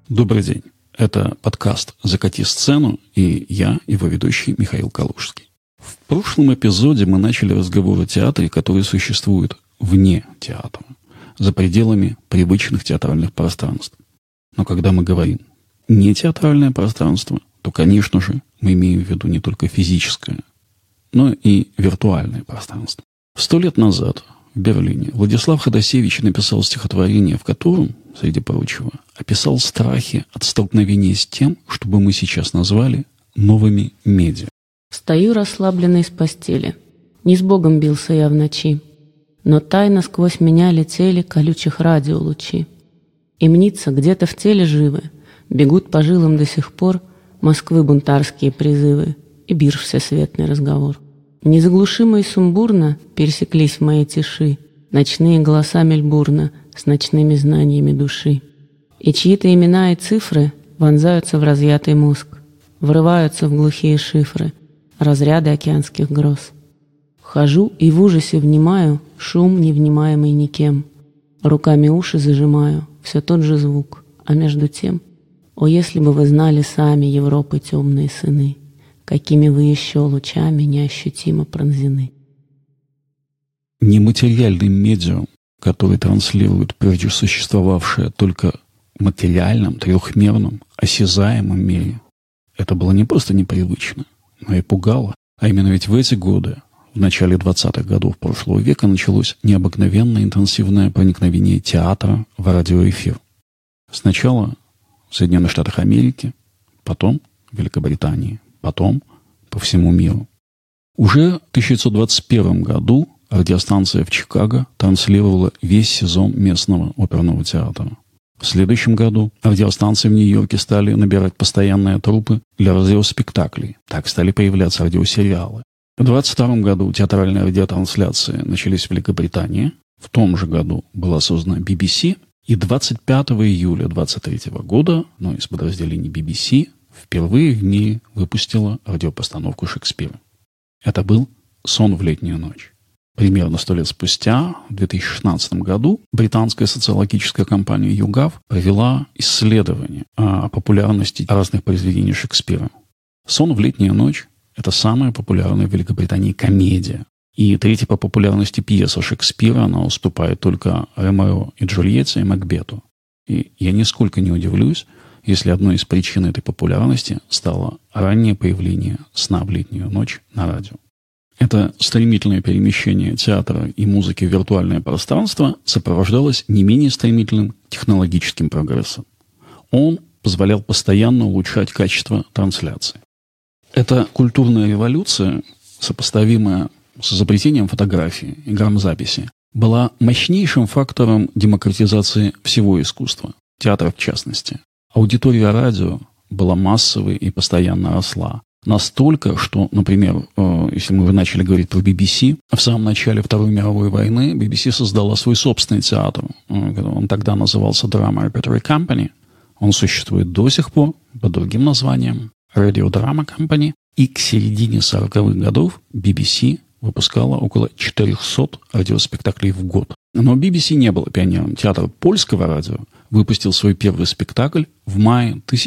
Добрый день. Это подкаст «Закати сцену» и я, его ведущий Михаил Калужский. В прошлом эпизоде мы начали разговор о театре, который существует вне театра, за пределами привычных театральных пространств. Но когда мы говорим «не театральное пространство», то, конечно же, мы имеем в виду не только физическое, но и виртуальное пространство. 100 лет назад в Берлине Владислав Ходосевич написал стихотворение, в котором, среди прочего, описал страхи от столкновения с тем, что бы мы сейчас назвали новыми медиа. Встаю расслабленный с постели. Не с Богом бился я в ночи, но тайно сквозь меня летели колючих радиолучи. И мнится, где-то в теле живы, бегут по жилам до сих пор Москвы бунтарские призывы и бирж всесветный разговор. Незаглушимо и сумбурно пересеклись в моей тиши ночные голоса мельбурна с ночными знаниями души. И чьи-то имена и цифры вонзаются в разъятый мозг, врываются в глухие шифры, разряды океанских гроз. Хожу и в ужасе внимаю шум, невнимаемый никем. Руками уши зажимаю, все тот же звук, а между тем, о, если бы вы знали сами Европы темные сыны, какими вы еще лучами неощутимо пронзены. Нематериальный медиум, который транслирует прежде существовавшее только в материальном, трехмерном, осязаемом мире, это было не просто непривычно, но и пугало. А именно ведь в эти годы, в начале 20-х годов прошлого века, началось необыкновенно интенсивное проникновение театра в радиоэфир. Сначала в Соединенных Штатах Америки, потом в Великобритании, потом по всему миру. Уже в 1921 году радиостанция в Чикаго транслировала весь сезон местного оперного театра. В следующем году радиостанции в Нью-Йорке стали набирать постоянные труппы для радиоспектаклей. Так стали появляться радиосериалы. В 1922 году театральные радиотрансляции начались в Великобритании. В том же году была создана BBC. И 25 июля 1923 года одно из подразделений BBC впервые в мире выпустила радиопостановку Шекспира. Это был «Сон в летнюю ночь». Примерно 100 лет спустя, в 2016 году, британская социологическая компания YouGov провела исследование о популярности разных произведений Шекспира. «Сон в летнюю ночь» — это самая популярная в Великобритании комедия. И третья по популярности пьеса Шекспира, она уступает только Ромео и Джульетте и Макбету. И я нисколько не удивлюсь, если одной из причин этой популярности стало раннее появление «Сна в летнюю ночь» на радио. Это стремительное перемещение театра и музыки в виртуальное пространство сопровождалось не менее стремительным технологическим прогрессом. Он позволял постоянно улучшать качество трансляции. Эта культурная революция, сопоставимая с изобретением фотографии и грамзаписи, была мощнейшим фактором демократизации всего искусства, театра в частности. Аудитория радио была массовой и постоянно росла. Настолько, что, например, если мы уже начали говорить про BBC, в самом начале Второй мировой войны BBC создала свой собственный театр. Он тогда назывался Drama Repertory Company. Он существует до сих пор под другим названием Radio Drama Company. И к середине 40-х годов BBC выпускала около 400 радиоспектаклей в год. Но BBC не было пионером. Театр польского радио выпустил свой первый спектакль в мае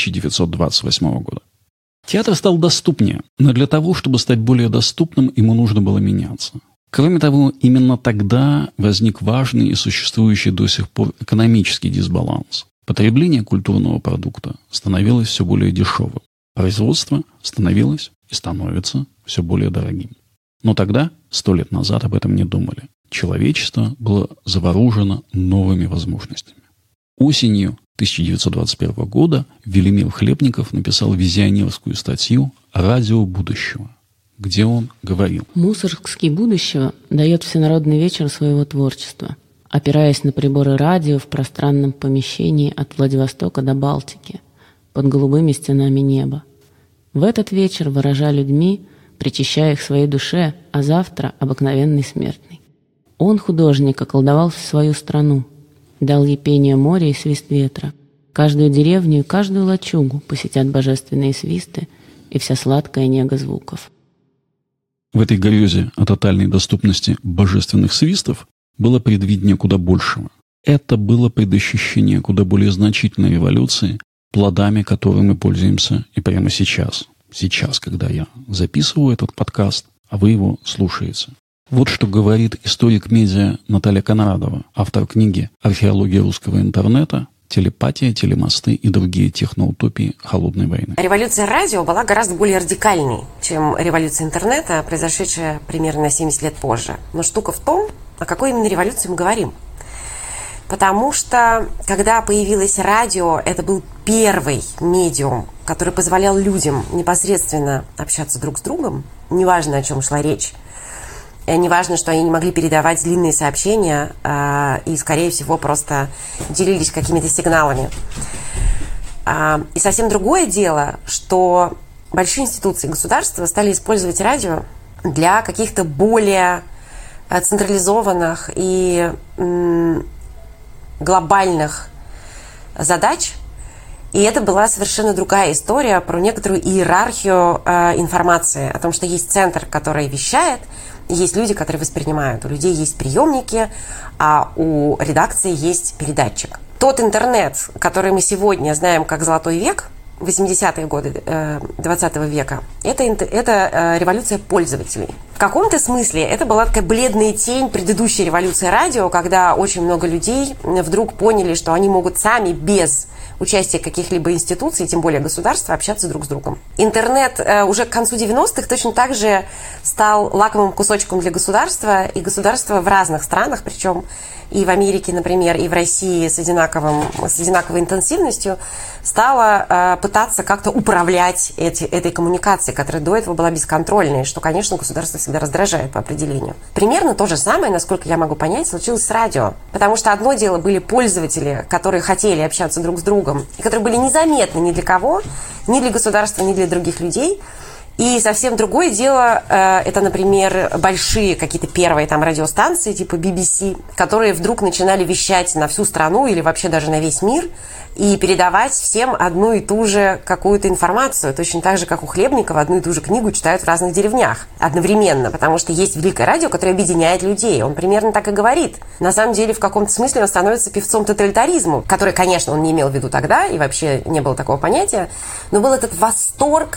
1928 года. Театр стал доступнее, но для того, чтобы стать более доступным, ему нужно было меняться. Кроме того, именно тогда возник важный и существующий до сих пор экономический дисбаланс. Потребление культурного продукта становилось все более дешевым. Производство становилось и становится все более дорогим. Но тогда, 100 лет назад, об этом не думали. Человечество было заворожено новыми возможностями. Осенью 1921 года Велимир Хлебников написал визионерскую статью «Радио будущего», где он говорил: Мусоргский будущего дает всенародный вечер своего творчества, опираясь на приборы радио в пространном помещении от Владивостока до Балтики, под голубыми стенами неба. В этот вечер выража людьми, причащая их своей душе, а завтра обыкновенный смертный. Он, художник, околдовал свою страну, дал ей пение моря и свист ветра. Каждую деревню и каждую лачугу посетят божественные свисты и вся сладкая нега звуков. В этой грезе о тотальной доступности божественных свистов было предвидение куда большего. Это было предощущение куда более значительной революции, плодами которых мы пользуемся и прямо сейчас. Сейчас, когда я записываю этот подкаст, а вы его слушаете. Вот что говорит историк медиа Наталья Конрадова, автор книги «Археология русского интернета. Телепатия, телемосты и другие техноутопии холодной войны». Революция радио была гораздо более радикальной, чем революция интернета, произошедшая примерно на 70 лет позже. Но штука в том, о какой именно революции мы говорим. Потому что, когда появилось радио, это был первый медиум, который позволял людям непосредственно общаться друг с другом, неважно, о чем шла речь. Неважно, что они не могли передавать длинные сообщения и, скорее всего, просто делились какими-то сигналами. И совсем другое дело, что большие институции государства стали использовать радио для каких-то более централизованных и глобальных задач. И это была совершенно другая история про некоторую иерархию информации, о том, что есть центр, который вещает, и есть люди, которые воспринимают. У людей есть приемники, а у редакции есть передатчик. Тот интернет, который мы сегодня знаем как «Золотой век», 80-е годы 20 века, это революция пользователей. В каком-то смысле это была такая бледная тень предыдущей революции радио, когда очень много людей вдруг поняли, что они могут сами без участия каких-либо институций, тем более государства, общаться друг с другом. Интернет уже к концу 90-х точно так же стал лакомым кусочком для государства, и государство в разных странах, причем и в Америке, например, и в России с одинаковой интенсивностью, стало пытаться как-то управлять этой коммуникацией, которая до этого была бесконтрольной, что, конечно, государство всегда раздражает по определению. Примерно то же самое, насколько я могу понять, случилось с радио. Потому что одно дело были пользователи, которые хотели общаться друг с другом, и которые были незаметны ни для кого, ни для государства, ни для других людей. И совсем другое дело, это, например, большие какие-то первые там радиостанции типа BBC, которые вдруг начинали вещать на всю страну или вообще даже на весь мир и передавать всем одну и ту же какую-то информацию, точно так же, как у Хлебникова одну и ту же книгу читают в разных деревнях одновременно, потому что есть великое радио, которое объединяет людей. Он примерно так и говорит. На самом деле, в каком-то смысле он становится певцом тоталитаризма, который, конечно, он не имел в виду тогда, и вообще не было такого понятия, но был этот восторг,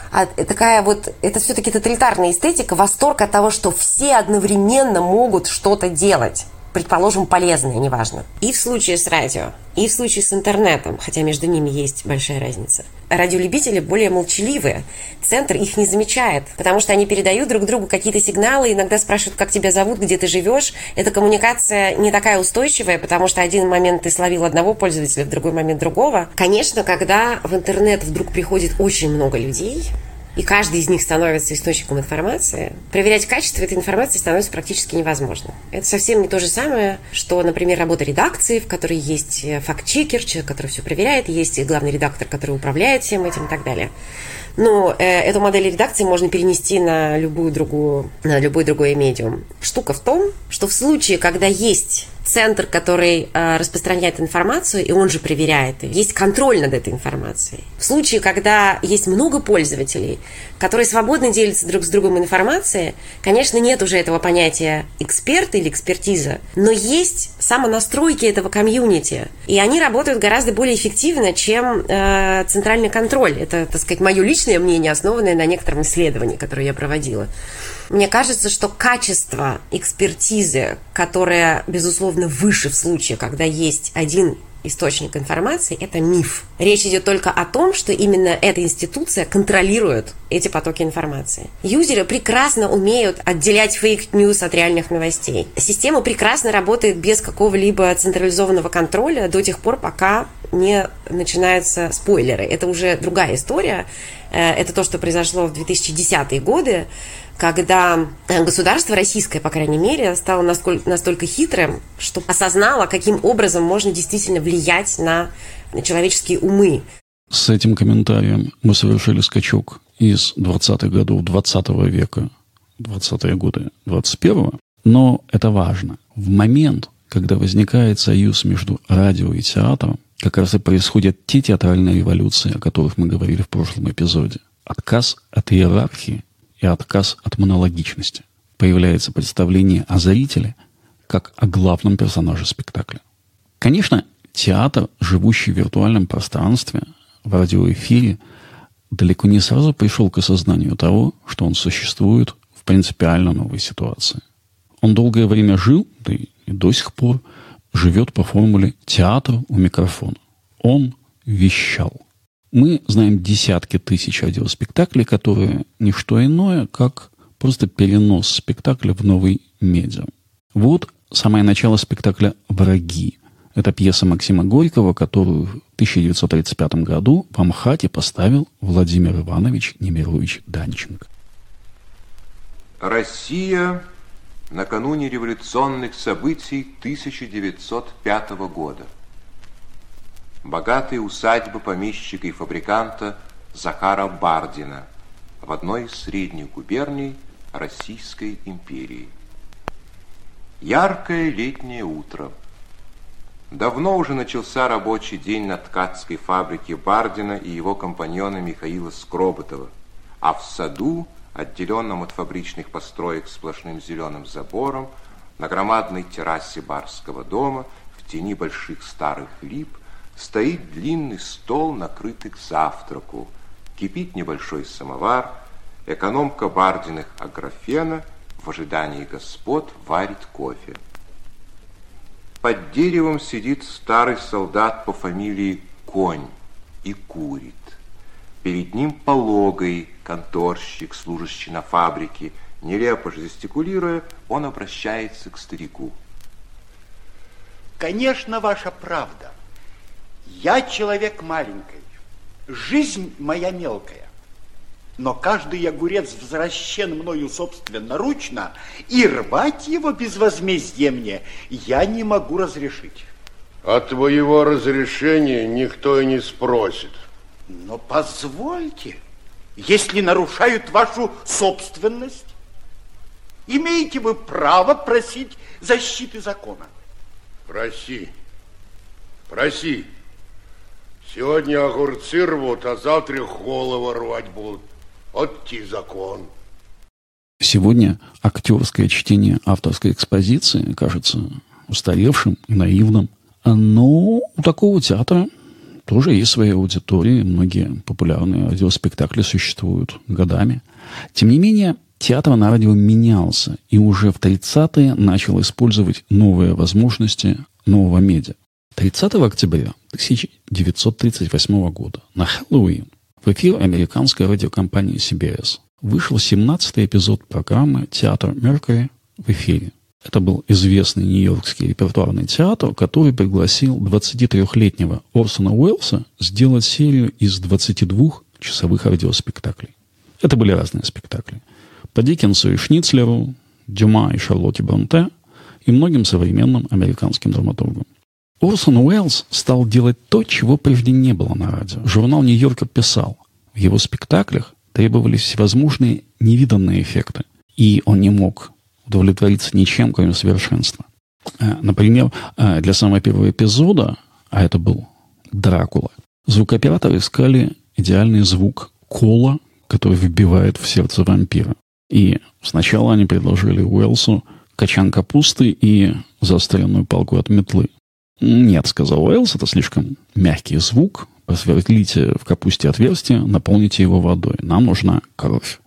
это все-таки тоталитарная эстетика, восторг от того, что все одновременно могут что-то делать. Предположим, полезное, неважно. И в случае с радио, и в случае с интернетом, хотя между ними есть большая разница. Радиолюбители более молчаливые. Центр их не замечает, потому что они передают друг другу какие-то сигналы, иногда спрашивают, как тебя зовут, где ты живешь. Эта коммуникация не такая устойчивая, потому что один момент ты словил одного пользователя, в другой момент другого. Конечно, когда в интернет вдруг приходит очень много людей, и каждый из них становится источником информации, проверять качество этой информации становится практически невозможно. Это совсем не то же самое, что, например, работа редакции, в которой есть факт-чекер, человек, который все проверяет, есть главный редактор, который управляет всем этим и так далее. Но эту модель редакции можно перенести на любой другой медиум. Штука в том, что в случае, когда есть центр, который распространяет информацию, и он же проверяет ее, есть контроль над этой информацией. В случае, когда есть много пользователей, которые свободно делятся друг с другом информацией, конечно, нет уже этого понятия эксперт или экспертиза, но есть самонастройки этого комьюнити, и они работают гораздо более эффективно, чем центральный контроль. Это, так сказать, мое личное мнение, основанное на некотором исследовании, которое я проводила. Мне кажется, что качество экспертизы, которое, безусловно, выше в случае, когда есть один источник информации, это миф. Речь идет только о том, что именно эта институция контролирует эти потоки информации. Юзеры прекрасно умеют отделять фейк-ньюс от реальных новостей. Система прекрасно работает без какого-либо централизованного контроля до тех пор, пока не начинаются спойлеры. Это уже другая история. Это то, что произошло в 2010-е годы, когда государство российское, по крайней мере, стало настолько хитрым, что осознало, каким образом можно действительно влиять на человеческие умы. С этим комментарием мы совершили скачок из 20-х годов 20 века, 20-е годы 21-го. Но это важно. В момент, когда возникает союз между радио и театром, как раз и происходят те театральные революции, о которых мы говорили в прошлом эпизоде. Отказ от иерархии и отказ от монологичности. Появляется представление о зрителе как о главном персонаже спектакля. Конечно, театр, живущий в виртуальном пространстве, в радиоэфире, далеко не сразу пришел к осознанию того, что он существует в принципиально новой ситуации. Он долгое время жил, да и до сих пор живет по формуле «театр у микрофона». Он вещал. Мы знаем десятки тысяч радиоспектаклей, которые не что иное, как просто перенос спектакля в новый медиа. Вот самое начало спектакля «Враги». Это пьеса Максима Горького, которую в 1935 году в Амхате поставил Владимир Иванович Немирович Данченко. Россия накануне революционных событий 1905 года. Богатые усадьбы помещика и фабриканта Захара Бардина в одной из средних губерний Российской империи. Яркое летнее утро. Давно уже начался рабочий день на ткацкой фабрике Бардина и его компаньона Михаила Скроботова, а в саду, отделенном от фабричных построек сплошным зеленым забором, на громадной террасе барского дома, в тени больших старых лип, стоит длинный стол, накрытый к завтраку. Кипит небольшой самовар, экономка Бардиных Аграфена в ожидании господ варит кофе. Под деревом сидит старый солдат по фамилии Конь и курит. Перед ним Пологой, конторщик, служащий на фабрике. Нелепо жестикулируя, он обращается к старику. Конечно, ваша правда. Я человек маленький, жизнь моя мелкая. Но каждый огурец возвращен мною собственноручно, и рвать его без возмездия мне я не могу разрешить. От твоего разрешения никто и не спросит. Но позвольте, если нарушают вашу собственность, имеете вы право просить защиты закона. Проси, проси. Сегодня огурцы рвут, а завтра голову рвать будут. Вот ти закон. Сегодня актерское чтение авторской экспозиции кажется устаревшим и наивным. Но у такого театра тоже есть своя аудитория. Многие популярные радиоспектакли существуют годами. Тем не менее, театр на радио менялся и уже в 30-е начал использовать новые возможности нового медиа. 30 октября 1938 года на Хэллоуин в эфир американской радиокомпании CBS вышел 17-й эпизод программы «Театр Меркьюри» в эфире. Это был известный нью-йоркский репертуарный театр, который пригласил 23-летнего Орсона Уэллса сделать серию из 22 часовых радиоспектаклей. Это были разные спектакли. По Диккенсу и Шницлеру, Дюма и Шарлотте Бронте и многим современным американским драматургам. Орсон Уэллс стал делать то, чего прежде не было на радио. Журнал «Нью-Йоркер» писал, в его спектаклях требовались всевозможные невиданные эффекты, и он не мог удовлетвориться ничем, кроме совершенства. Например, для самого первого эпизода, а это был Дракула, звукооператоры искали идеальный звук кола, который вбивает в сердце вампира. И сначала они предложили Уэллсу качан капусты и заостренную палку от метлы. «Нет», — сказал Уэллс, — «это слишком мягкий звук. Просверлите в капусте отверстие, наполните его водой. Нам нужна кровь».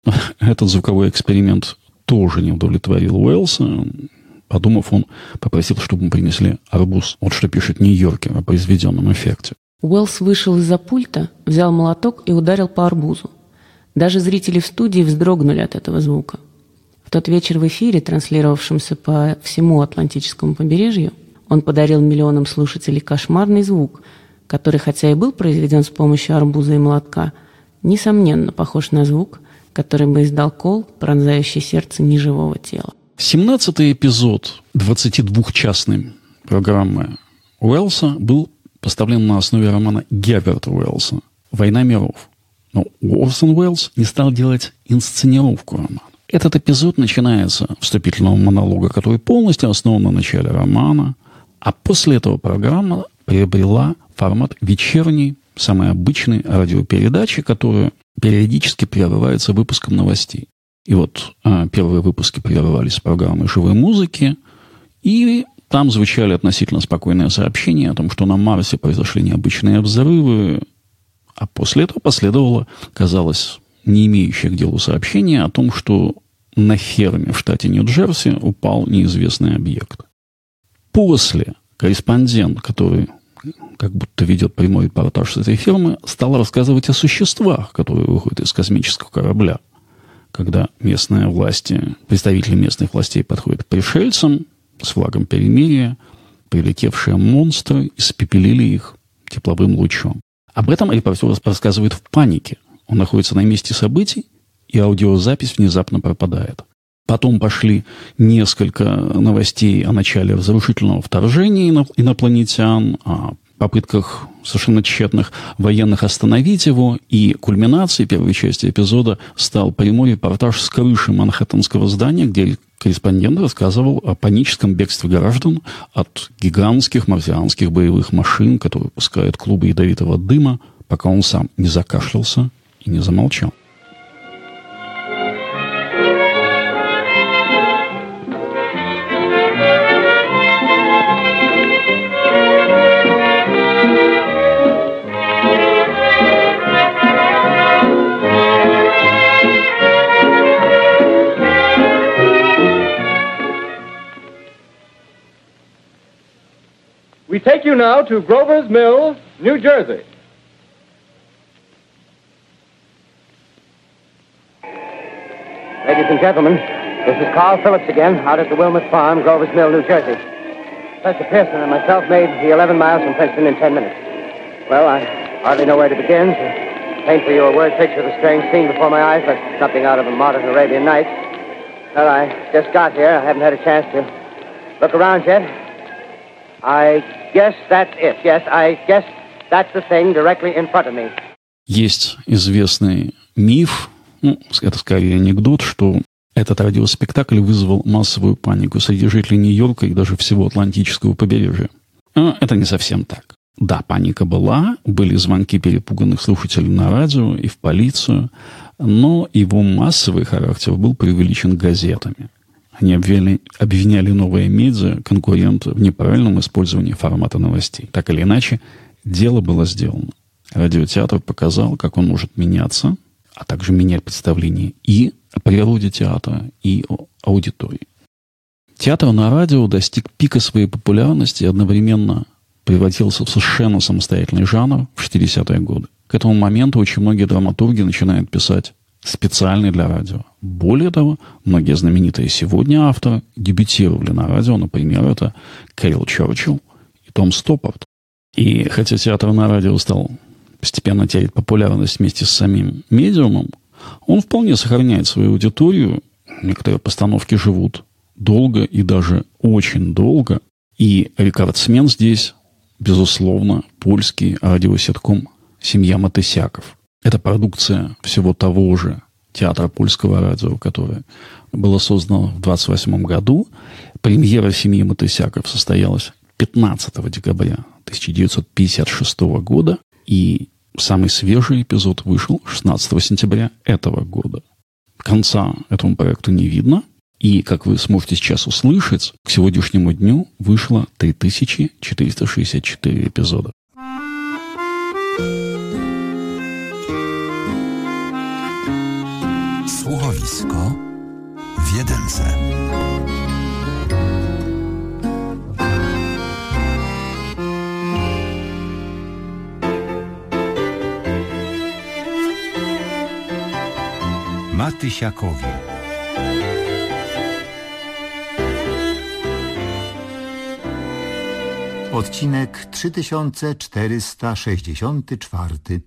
Этот звуковой эксперимент тоже не удовлетворил Уэллса. Подумав, он попросил, чтобы ему принесли арбуз. Вот что пишет Нью-Йоркер о произведенном эффекте. Уэллс вышел из-за пульта, взял молоток и ударил по арбузу. Даже зрители в студии вздрогнули от этого звука. В тот вечер в эфире, транслировавшемся по всему Атлантическому побережью, он подарил миллионам слушателей кошмарный звук, который, хотя и был произведен с помощью арбуза и молотка, несомненно похож на звук, который бы издал кол, пронзающий сердце неживого тела. 17-й эпизод 22-частной программы Уэллса был поставлен на основе романа Герберта Уэллса «Война миров». Но Орсон Уэллс не стал делать инсценировку романа. Этот эпизод начинается с вступительного монолога, который полностью основан на начале романа, а после этого программа приобрела формат вечерней, самой обычной радиопередачи, которая периодически прерывается выпуском новостей. И вот первые выпуски прерывались программой живой музыки, и там звучали относительно спокойные сообщения о том, что на Марсе произошли необычные взрывы, А после этого последовало, казалось, не имеющее к делу сообщение о том, что на ферме в штате Нью-Джерси упал неизвестный объект. После корреспондент, который как будто ведет прямой репортаж с этой фермы, стал рассказывать о существах, которые выходят из космического корабля. Когда местные власти, представители местных властей подходят к пришельцам с флагом перемирия, прилетевшие монстры испепелили их тепловым лучом. Об этом репортер рассказывает в панике. Он находится на месте событий, и аудиозапись внезапно пропадает. Потом пошли несколько новостей о начале разрушительного вторжения инопланетян, о попытках совершенно тщетных военных остановить его, и кульминацией первой части эпизода стал прямой репортаж с крыши манхэттенского здания, где корреспондент рассказывал о паническом бегстве граждан от гигантских марсианских боевых машин, которые пускают клубы ядовитого дыма, пока он сам не закашлялся и не замолчал. We take you now to Grover's Mill, New Jersey. Ladies and gentlemen, this is Carl Phillips again, out at the Wilmot Farm, Grover's Mill, New Jersey. Professor Pearson and myself made the 11 miles from Princeton in 10 minutes. Well, I hardly know where to begin. To paint for you a word picture of the strange scene before my eyes, like something out of a modern Arabian Nights. Well, I just got here. I haven't had a chance to look around yet. I guess that's it. Yes, I guess that's the thing directly in front of me. Есть известный миф, это скорее анекдот, что этот радиоспектакль вызвал массовую панику среди жителей Нью-Йорка и даже всего Атлантического побережья. Это не совсем так. Да, паника была, были звонки перепуганных слушателей на радио и в полицию, но его массовый характер был преувеличен газетами. Они обвиняли новые медиа конкурента в неправильном использовании формата новостей. Так или иначе, дело было сделано. Радиотеатр показал, как он может меняться, а также менять представление и о природе театра, и о аудитории. Театр на радио достиг пика своей популярности и одновременно превратился в совершенно самостоятельный жанр в 60-е годы. К этому моменту очень многие драматурги начинают писать специальный для радио. Более того, многие знаменитые сегодня авторы дебютировали на радио. Например, это Кэрол Черчилл и Том Стоппард. И хотя театр на радио стал постепенно терять популярность вместе с самим медиумом, он вполне сохраняет свою аудиторию. Некоторые постановки живут долго и даже очень долго. И рекордсмен здесь, безусловно, польский радиоситком «Семья Матысяков». Это продукция всего того же театра польского радио, которое было создано в 1928 году. Премьера «Семьи Матысяков» состоялась 15 декабря 1956 года. И самый свежий эпизод вышел 16 сентября этого года. Конца этому проекту не видно. И, как вы сможете сейчас услышать, к сегодняшнему дню вышло 3464 эпизода. Słuchowisko w jedynce. Matysiakowi. Odcinek 3464.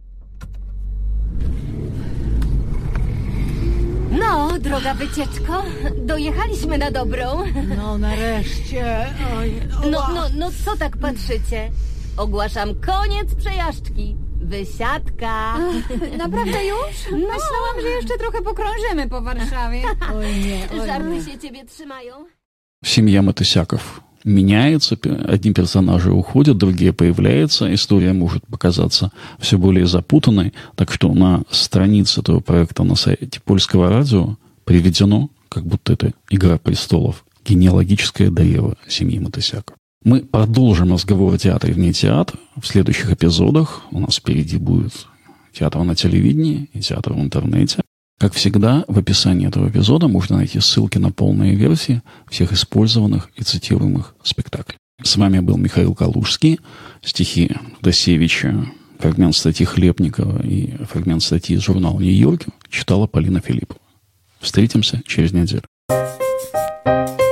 No, droga wycieczko, dojechaliśmy na dobrą. No, nareszcie. Oj, No, co tak patrzycie? Ogłaszam koniec przejażdżki. Wysiadka. Naprawdę już? No. Myślałam, że jeszcze trochę pokrążymy po Warszawie. Oj nie. Żarty się ciebie trzymają. Семья Матысяков меняется, одни персонажи уходят, другие появляются, история может показаться все более запутанной, так что на странице этого проекта на сайте польского радио приведено, как будто это «Игра престолов», генеалогическое древо семьи Матысяков. Мы продолжим разговор о театре вне театра в следующих эпизодах. У нас впереди будет театра на телевидении и театра в интернете. Как всегда, в описании этого эпизода можно найти ссылки на полные версии всех использованных и цитируемых спектаклей. С вами был Михаил Калужский, стихи Досевича, фрагмент статьи Хлебникова и фрагмент статьи из журнала «Нью-Йоркер» читала Полина Филиппова. Встретимся через неделю.